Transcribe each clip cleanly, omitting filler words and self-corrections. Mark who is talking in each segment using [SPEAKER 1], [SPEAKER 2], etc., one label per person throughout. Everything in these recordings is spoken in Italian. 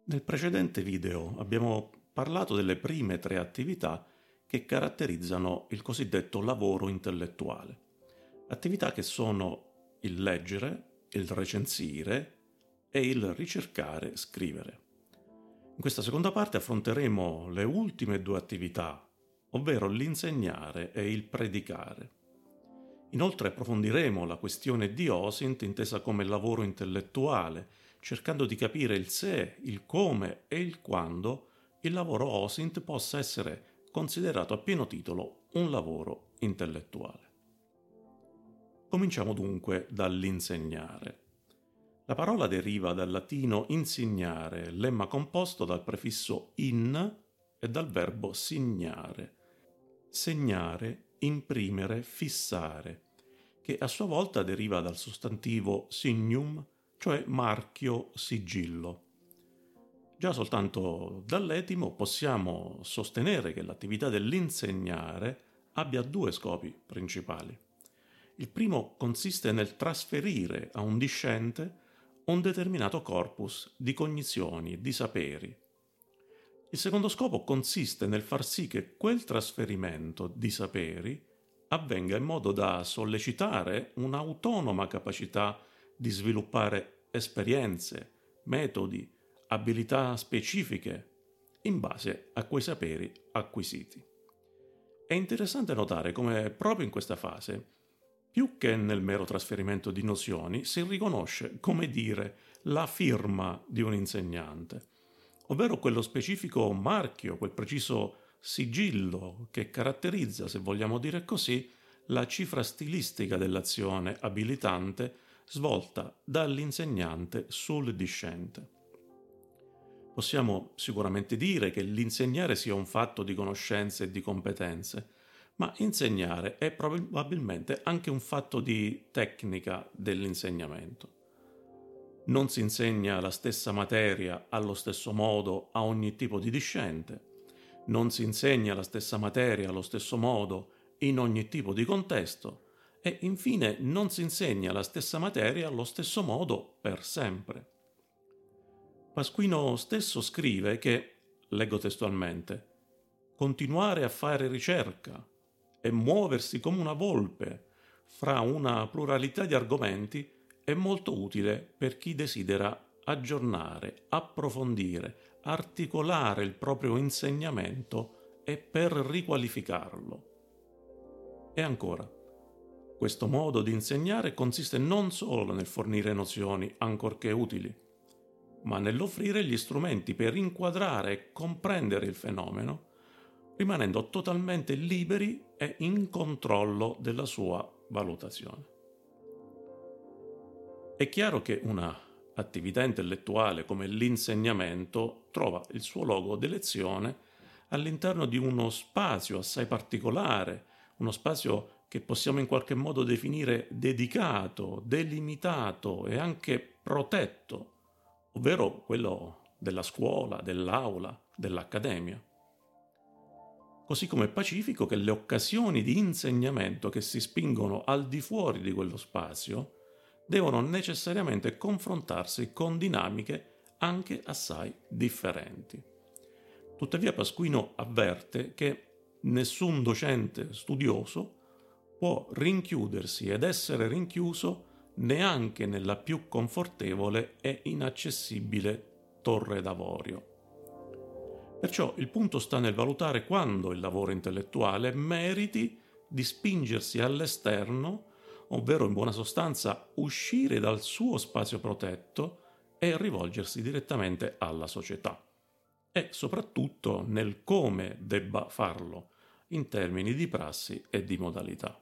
[SPEAKER 1] Nel precedente video abbiamo parlato delle prime tre attività che caratterizzano il cosiddetto lavoro intellettuale. Attività che sono il leggere, il recensire e il ricercare, scrivere. In questa seconda parte affronteremo le ultime due attività, ovvero l'insegnare e il predicare. Inoltre approfondiremo la questione di OSINT intesa come lavoro intellettuale, cercando di capire il se, il come e il quando il lavoro OSINT possa essere considerato a pieno titolo un lavoro intellettuale. Cominciamo dunque dall'insegnare. La parola deriva dal latino insignare, lemma composto dal prefisso in e dal verbo signare. Segnare, imprimere, fissare, che a sua volta deriva dal sostantivo signum, cioè marchio, sigillo. Già soltanto dall'etimo possiamo sostenere che l'attività dell'insegnare abbia due scopi principali. Il primo consiste nel trasferire a un discente un determinato corpus di cognizioni e di saperi. Il secondo scopo consiste nel far sì che quel trasferimento di saperi avvenga in modo da sollecitare un'autonoma capacità di sviluppare esperienze, metodi, abilità specifiche in base a quei saperi acquisiti. È interessante notare come proprio in questa fase, più che nel mero trasferimento di nozioni, si riconosce, come dire, la firma di un insegnante, ovvero quello specifico marchio, quel preciso sigillo che caratterizza, se vogliamo dire così, la cifra stilistica dell'azione abilitante svolta dall'insegnante sul discente. Possiamo sicuramente dire che l'insegnare sia un fatto di conoscenze e di competenze, ma insegnare è probabilmente anche un fatto di tecnica dell'insegnamento. Non si insegna la stessa materia allo stesso modo a ogni tipo di discente, non si insegna la stessa materia allo stesso modo in ogni tipo di contesto e infine non si insegna la stessa materia allo stesso modo per sempre. Pasquino stesso scrive che, leggo testualmente, continuare a fare ricerca e muoversi come una volpe fra una pluralità di argomenti è molto utile per chi desidera aggiornare, approfondire, articolare il proprio insegnamento e per riqualificarlo. E ancora, questo modo di insegnare consiste non solo nel fornire nozioni ancorché utili, ma nell'offrire gli strumenti per inquadrare e comprendere il fenomeno, rimanendo totalmente liberi e in controllo della sua valutazione. È chiaro che una attività intellettuale come l'insegnamento trova il suo luogo d'elezione all'interno di uno spazio assai particolare, uno spazio che possiamo in qualche modo definire dedicato, delimitato e anche protetto, ovvero quello della scuola, dell'aula, dell'accademia. Così come è pacifico che le occasioni di insegnamento che si spingono al di fuori di quello spazio devono necessariamente confrontarsi con dinamiche anche assai differenti. Tuttavia Pasquino avverte che nessun docente studioso può rinchiudersi ed essere rinchiuso neanche nella più confortevole e inaccessibile torre d'avorio. Perciò il punto sta nel valutare quando il lavoro intellettuale meriti di spingersi all'esterno, ovvero in buona sostanza uscire dal suo spazio protetto e rivolgersi direttamente alla società, e soprattutto nel come debba farlo, in termini di prassi e di modalità.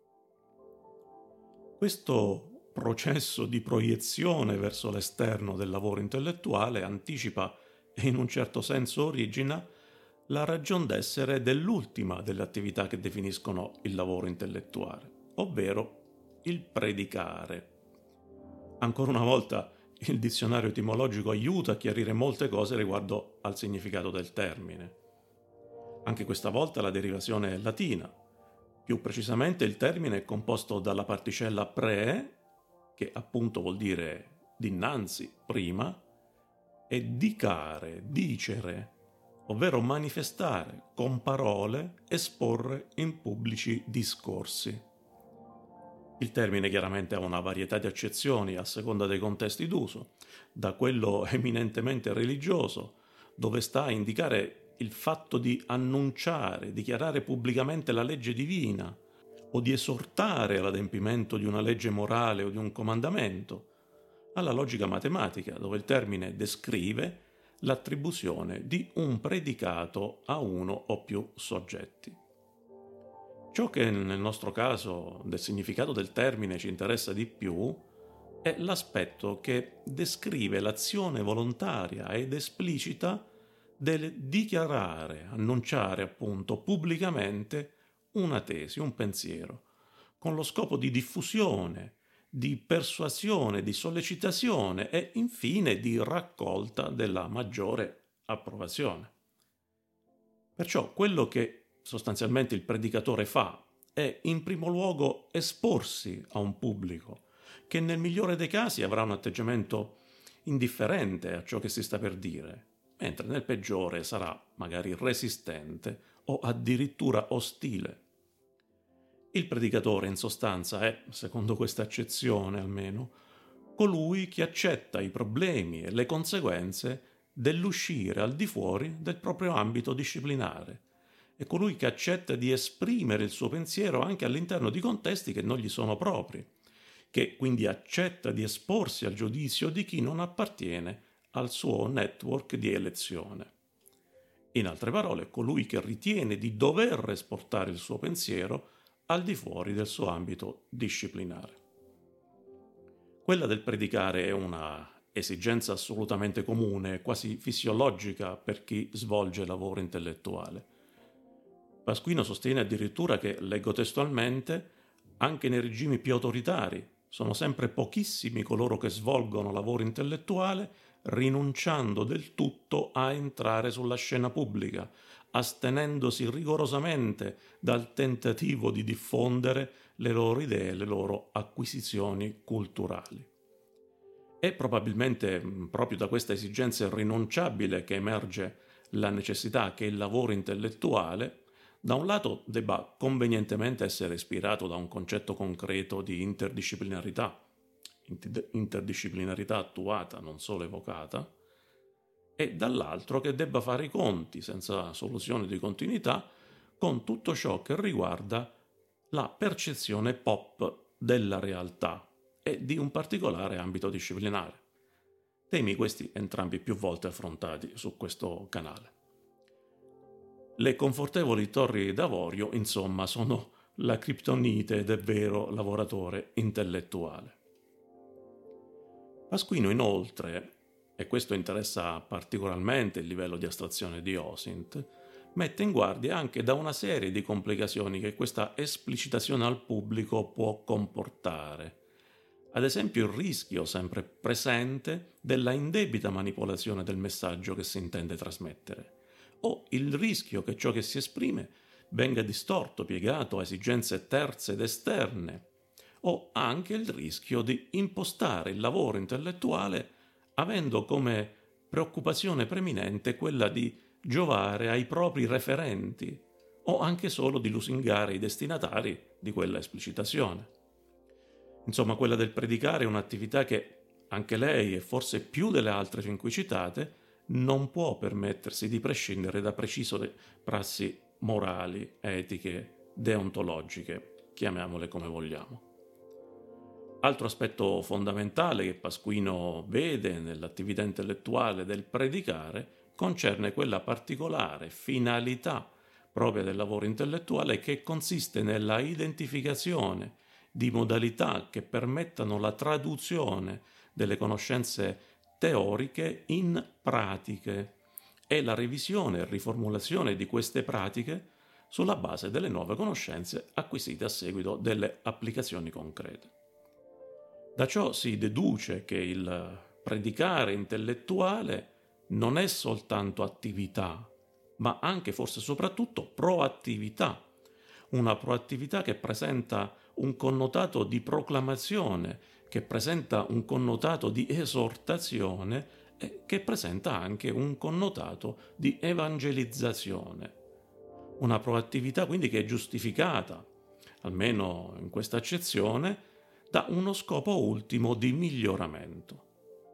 [SPEAKER 1] Questo processo di proiezione verso l'esterno del lavoro intellettuale anticipa e in un certo senso origina la ragion d'essere dell'ultima delle attività che definiscono il lavoro intellettuale, ovvero il predicare. Ancora una volta il dizionario etimologico aiuta a chiarire molte cose riguardo al significato del termine. Anche questa volta la derivazione è latina. Più precisamente il termine è composto dalla particella pre, che appunto vuol dire dinanzi, prima, è dicare, dicere, ovvero manifestare con parole, esporre in pubblici discorsi. Il termine chiaramente ha una varietà di accezioni a seconda dei contesti d'uso, da quello eminentemente religioso, dove sta a indicare il fatto di annunciare, dichiarare pubblicamente la legge divina, o di esortare all'adempimento di una legge morale o di un comandamento, alla logica matematica, dove il termine descrive l'attribuzione di un predicato a uno o più soggetti. Ciò che nel nostro caso del significato del termine ci interessa di più è l'aspetto che descrive l'azione volontaria ed esplicita del dichiarare, annunciare appunto pubblicamente una tesi, un pensiero, con lo scopo di diffusione, di persuasione, di sollecitazione e infine di raccolta della maggiore approvazione. Perciò quello che sostanzialmente il predicatore fa è in primo luogo esporsi a un pubblico che nel migliore dei casi avrà un atteggiamento indifferente a ciò che si sta per dire, mentre nel peggiore sarà magari resistente o addirittura ostile. Il predicatore in sostanza è, secondo questa accezione almeno, colui che accetta i problemi e le conseguenze dell'uscire al di fuori del proprio ambito disciplinare. È colui che accetta di esprimere il suo pensiero anche all'interno di contesti che non gli sono propri, che quindi accetta di esporsi al giudizio di chi non appartiene al suo network di elezione. In altre parole, colui che ritiene di dover esportare il suo pensiero al di fuori del suo ambito disciplinare. Quella del predicare è una esigenza assolutamente comune, quasi fisiologica per chi svolge lavoro intellettuale. Pasquino sostiene addirittura che, leggo testualmente, anche nei regimi più autoritari sono sempre pochissimi coloro che svolgono lavoro intellettuale rinunciando del tutto a entrare sulla scena pubblica, astenendosi rigorosamente dal tentativo di diffondere le loro idee, le loro acquisizioni culturali. È probabilmente proprio da questa esigenza irrinunciabile che emerge la necessità che il lavoro intellettuale da un lato debba convenientemente essere ispirato da un concetto concreto di interdisciplinarità attuata, non solo evocata, e dall'altro che debba fare i conti, senza soluzione di continuità, con tutto ciò che riguarda la percezione pop della realtà e di un particolare ambito disciplinare. Temi questi entrambi più volte affrontati su questo canale. Le confortevoli torri d'avorio, insomma, sono la criptonite del vero lavoratore intellettuale. Pasquino, inoltre, e questo interessa particolarmente il livello di astrazione di Osint, mette in guardia anche da una serie di complicazioni che questa esplicitazione al pubblico può comportare. Ad esempio il rischio sempre presente della indebita manipolazione del messaggio che si intende trasmettere, o il rischio che ciò che si esprime venga distorto, piegato a esigenze terze ed esterne, o anche il rischio di impostare il lavoro intellettuale avendo come preoccupazione preminente quella di giovare ai propri referenti o anche solo di lusingare i destinatari di quella esplicitazione. Insomma, quella del predicare è un'attività che anche lei, e forse più delle altre fin qui citate, non può permettersi di prescindere da precise prassi morali, etiche, deontologiche, chiamiamole come vogliamo. Altro aspetto fondamentale che Pasquino vede nell'attività intellettuale del predicare concerne quella particolare finalità propria del lavoro intellettuale che consiste nella identificazione di modalità che permettano la traduzione delle conoscenze teoriche in pratiche e la revisione e riformulazione di queste pratiche sulla base delle nuove conoscenze acquisite a seguito delle applicazioni concrete. Da ciò si deduce che il predicare intellettuale non è soltanto attività, ma anche forse soprattutto proattività, una proattività che presenta un connotato di proclamazione, che presenta un connotato di esortazione e che presenta anche un connotato di evangelizzazione. Una proattività quindi che è giustificata, almeno in questa accezione, da uno scopo ultimo di miglioramento.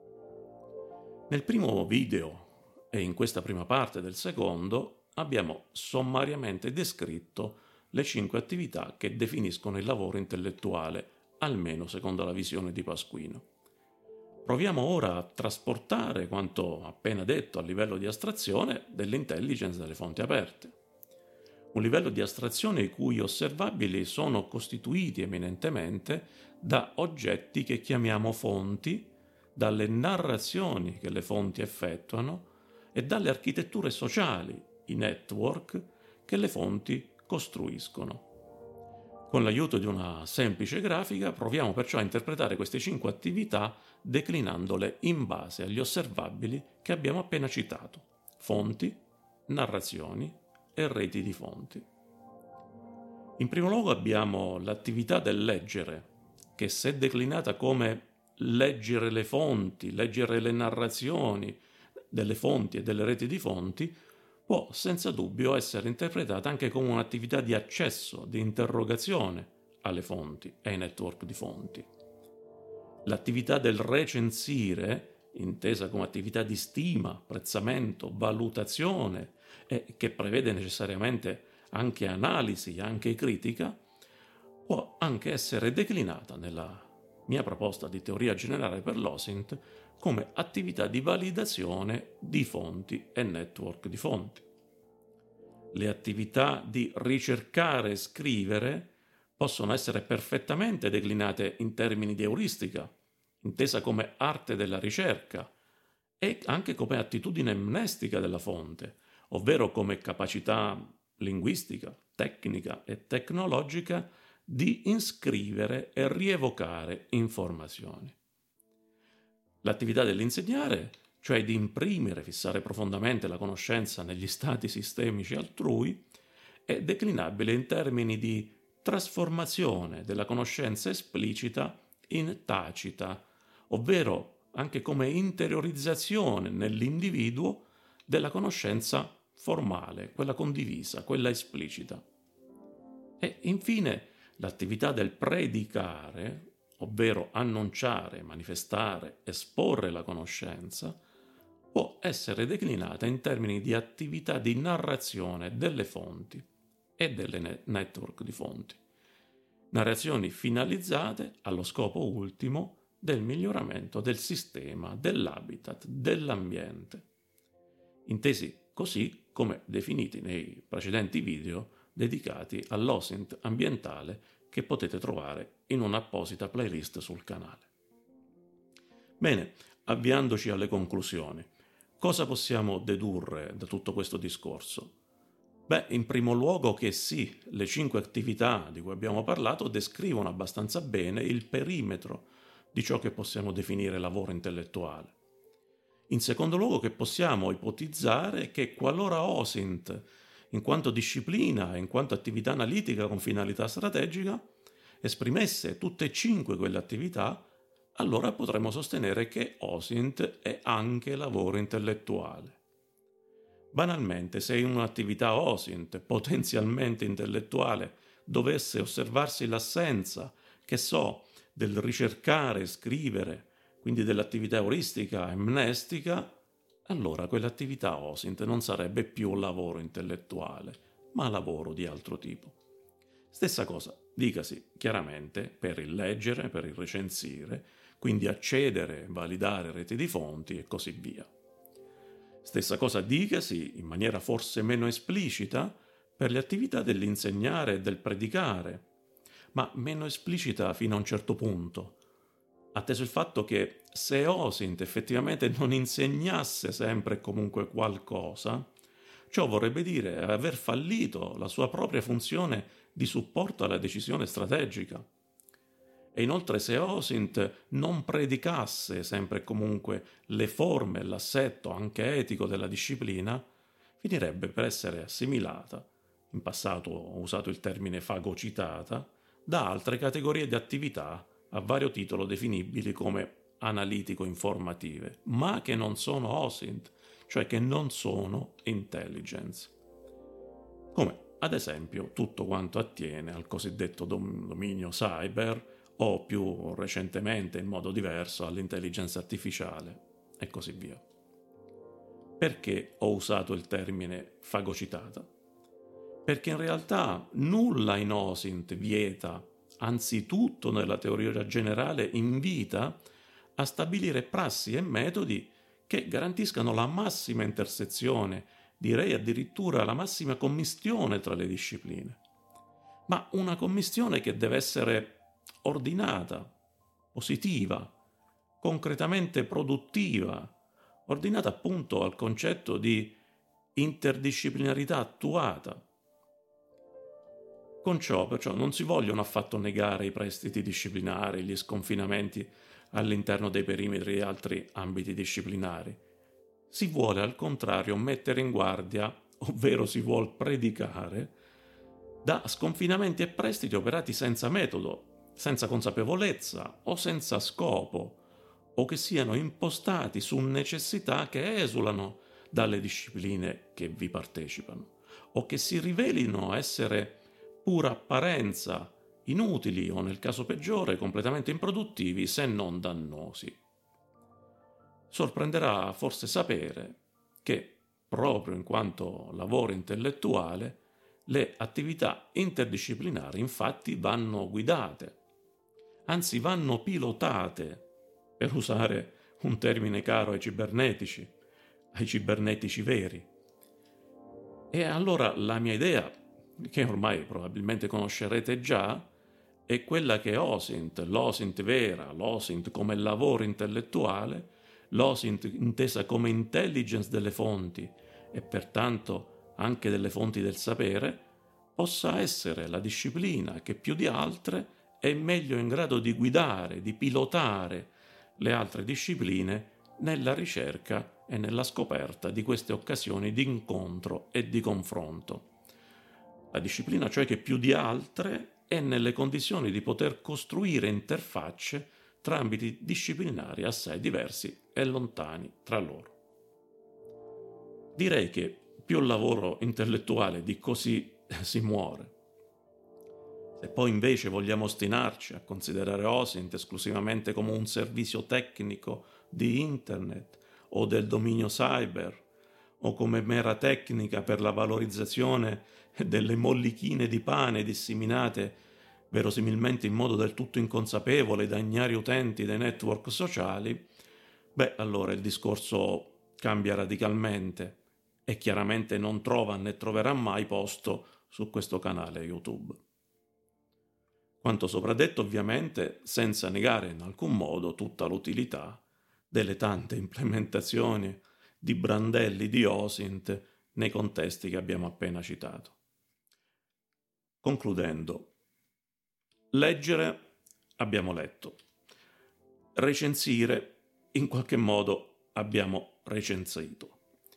[SPEAKER 1] Nel primo video e in questa prima parte del secondo abbiamo sommariamente descritto le 5 attività che definiscono il lavoro intellettuale, almeno secondo la visione di Pasquino. Proviamo ora a trasportare quanto appena detto a livello di astrazione dell'intelligence delle fonti aperte. Un livello di astrazione i cui osservabili sono costituiti eminentemente da oggetti che chiamiamo fonti, dalle narrazioni che le fonti effettuano e dalle architetture sociali, i network, che le fonti costruiscono. Con l'aiuto di una semplice grafica proviamo perciò a interpretare queste 5 attività declinandole in base agli osservabili che abbiamo appena citato: fonti, narrazioni e reti di fonti. In primo luogo abbiamo l'attività del leggere, che se declinata come leggere le fonti, leggere le narrazioni delle fonti e delle reti di fonti, può senza dubbio essere interpretata anche come un'attività di accesso, di interrogazione alle fonti e ai network di fonti. L'attività del recensire, intesa come attività di stima, apprezzamento, valutazione e che prevede necessariamente anche analisi, anche critica, può anche essere declinata nella mia proposta di teoria generale per l'OSINT come attività di validazione di fonti e network di fonti. Le attività di ricercare e scrivere possono essere perfettamente declinate in termini di euristica, intesa come arte della ricerca, e anche come attitudine mnestica della fonte, ovvero come capacità linguistica, tecnica e tecnologica di inscrivere e rievocare informazioni. L'attività dell'insegnare, cioè di imprimere, fissare profondamente la conoscenza negli stati sistemici altrui, è declinabile in termini di trasformazione della conoscenza esplicita in tacita, ovvero anche come interiorizzazione nell'individuo della conoscenza formale, quella condivisa, quella esplicita. E infine l'attività del predicare, ovvero annunciare, manifestare, esporre la conoscenza, può essere declinata in termini di attività di narrazione delle fonti e delle network di fonti. Narrazioni finalizzate allo scopo ultimo del miglioramento del sistema, dell'habitat, dell'ambiente, intesi così come definiti nei precedenti video dedicati all'OSINT ambientale che potete trovare in un'apposita playlist sul canale. Bene, avviandoci alle conclusioni, cosa possiamo dedurre da tutto questo discorso? In primo luogo che sì, le 5 attività di cui abbiamo parlato descrivono abbastanza bene il perimetro di ciò che possiamo definire lavoro intellettuale. In secondo luogo che possiamo ipotizzare che qualora OSINT, in quanto disciplina e in quanto attività analitica con finalità strategica, esprimesse tutte e 5 quelle attività, allora potremmo sostenere che OSINT è anche lavoro intellettuale. Banalmente, se in un'attività OSINT potenzialmente intellettuale dovesse osservarsi l'assenza, che so, del ricercare, scrivere, quindi dell'attività euristica e mnestica, allora quell'attività OSINT non sarebbe più lavoro intellettuale, ma lavoro di altro tipo. Stessa cosa, dicasi chiaramente, per il leggere, per il recensire, quindi accedere, validare reti di fonti e così via. Stessa cosa dicasi, in maniera forse meno esplicita, per le attività dell'insegnare e del predicare, ma meno esplicita fino a un certo punto, atteso il fatto che se OSINT effettivamente non insegnasse sempre e comunque qualcosa, ciò vorrebbe dire aver fallito la sua propria funzione di supporto alla decisione strategica. E inoltre se OSINT non predicasse sempre e comunque le forme e l'assetto anche etico della disciplina, finirebbe per essere assimilata, in passato ho usato il termine fagocitata, da altre categorie di attività a vario titolo definibili come analitico-informative, ma che non sono OSINT, cioè che non sono intelligence. Come ad esempio tutto quanto attiene al cosiddetto dominio cyber o più recentemente in modo diverso all'intelligenza artificiale e così via. Perché ho usato il termine fagocitata? Perché in realtà nulla in OSINT vieta, anzitutto nella teoria generale invita a stabilire prassi e metodi che garantiscano la massima intersezione, direi addirittura la massima commistione tra le discipline. Ma una commistione che deve essere ordinata, positiva, concretamente produttiva, ordinata appunto al concetto di interdisciplinarità attuata. Con ciò, perciò, non si vogliono affatto negare i prestiti disciplinari, gli sconfinamenti all'interno dei perimetri di altri ambiti disciplinari. Si vuole al contrario mettere in guardia, ovvero si vuol predicare, da sconfinamenti e prestiti operati senza metodo, senza consapevolezza o senza scopo, o che siano impostati su necessità che esulano dalle discipline che vi partecipano, o che si rivelino essere pura apparenza, inutili o nel caso peggiore completamente improduttivi se non dannosi. Sorprenderà forse sapere che, proprio in quanto lavoro intellettuale, le attività interdisciplinari infatti vanno guidate, anzi vanno pilotate, per usare un termine caro ai cibernetici veri. E allora la mia idea, che ormai probabilmente conoscerete già, è quella che OSINT, l'OSINT vera, l'OSINT come lavoro intellettuale, l'OSINT intesa come intelligence delle fonti e pertanto anche delle fonti del sapere, possa essere la disciplina che più di altre è meglio in grado di guidare, di pilotare le altre discipline nella ricerca e nella scoperta di queste occasioni di incontro e di confronto. La disciplina, cioè, che più di altre è nelle condizioni di poter costruire interfacce tra ambiti disciplinari assai diversi e lontani tra loro. Direi che più lavoro intellettuale di così si muore. Se poi invece vogliamo ostinarci a considerare OSINT esclusivamente come un servizio tecnico di Internet o del dominio cyber, o come mera tecnica per la valorizzazione delle mollichine di pane disseminate verosimilmente in modo del tutto inconsapevole da ignari utenti dei network sociali, allora il discorso cambia radicalmente e chiaramente non trova né troverà mai posto su questo canale YouTube. Quanto sopra detto, ovviamente, senza negare in alcun modo tutta l'utilità delle tante implementazioni di brandelli di OSINT nei contesti che abbiamo appena citato. Concludendo, leggere abbiamo letto, recensire in qualche modo abbiamo recensito,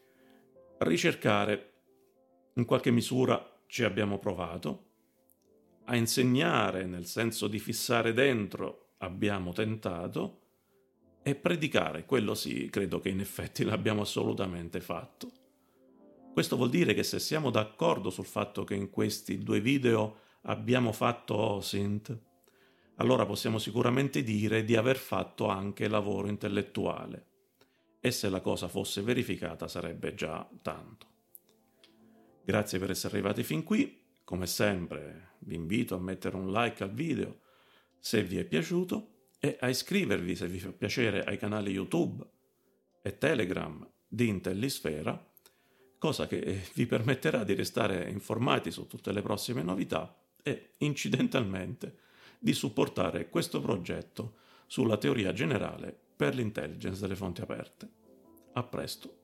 [SPEAKER 1] ricercare in qualche misura ci abbiamo provato, a insegnare nel senso di fissare dentro abbiamo tentato, e predicare, quello sì, credo che in effetti l'abbiamo assolutamente fatto. Questo vuol dire che se siamo d'accordo sul fatto che in questi 2 video abbiamo fatto OSINT, allora possiamo sicuramente dire di aver fatto anche lavoro intellettuale. E se la cosa fosse verificata sarebbe già tanto. Grazie per essere arrivati fin qui. Come sempre vi invito a mettere un like al video se vi è piaciuto e a iscrivervi, se vi fa piacere, ai canali YouTube e Telegram di Intellisfera, cosa che vi permetterà di restare informati su tutte le prossime novità e, incidentalmente, di supportare questo progetto sulla teoria generale per l'intelligence delle fonti aperte. A presto.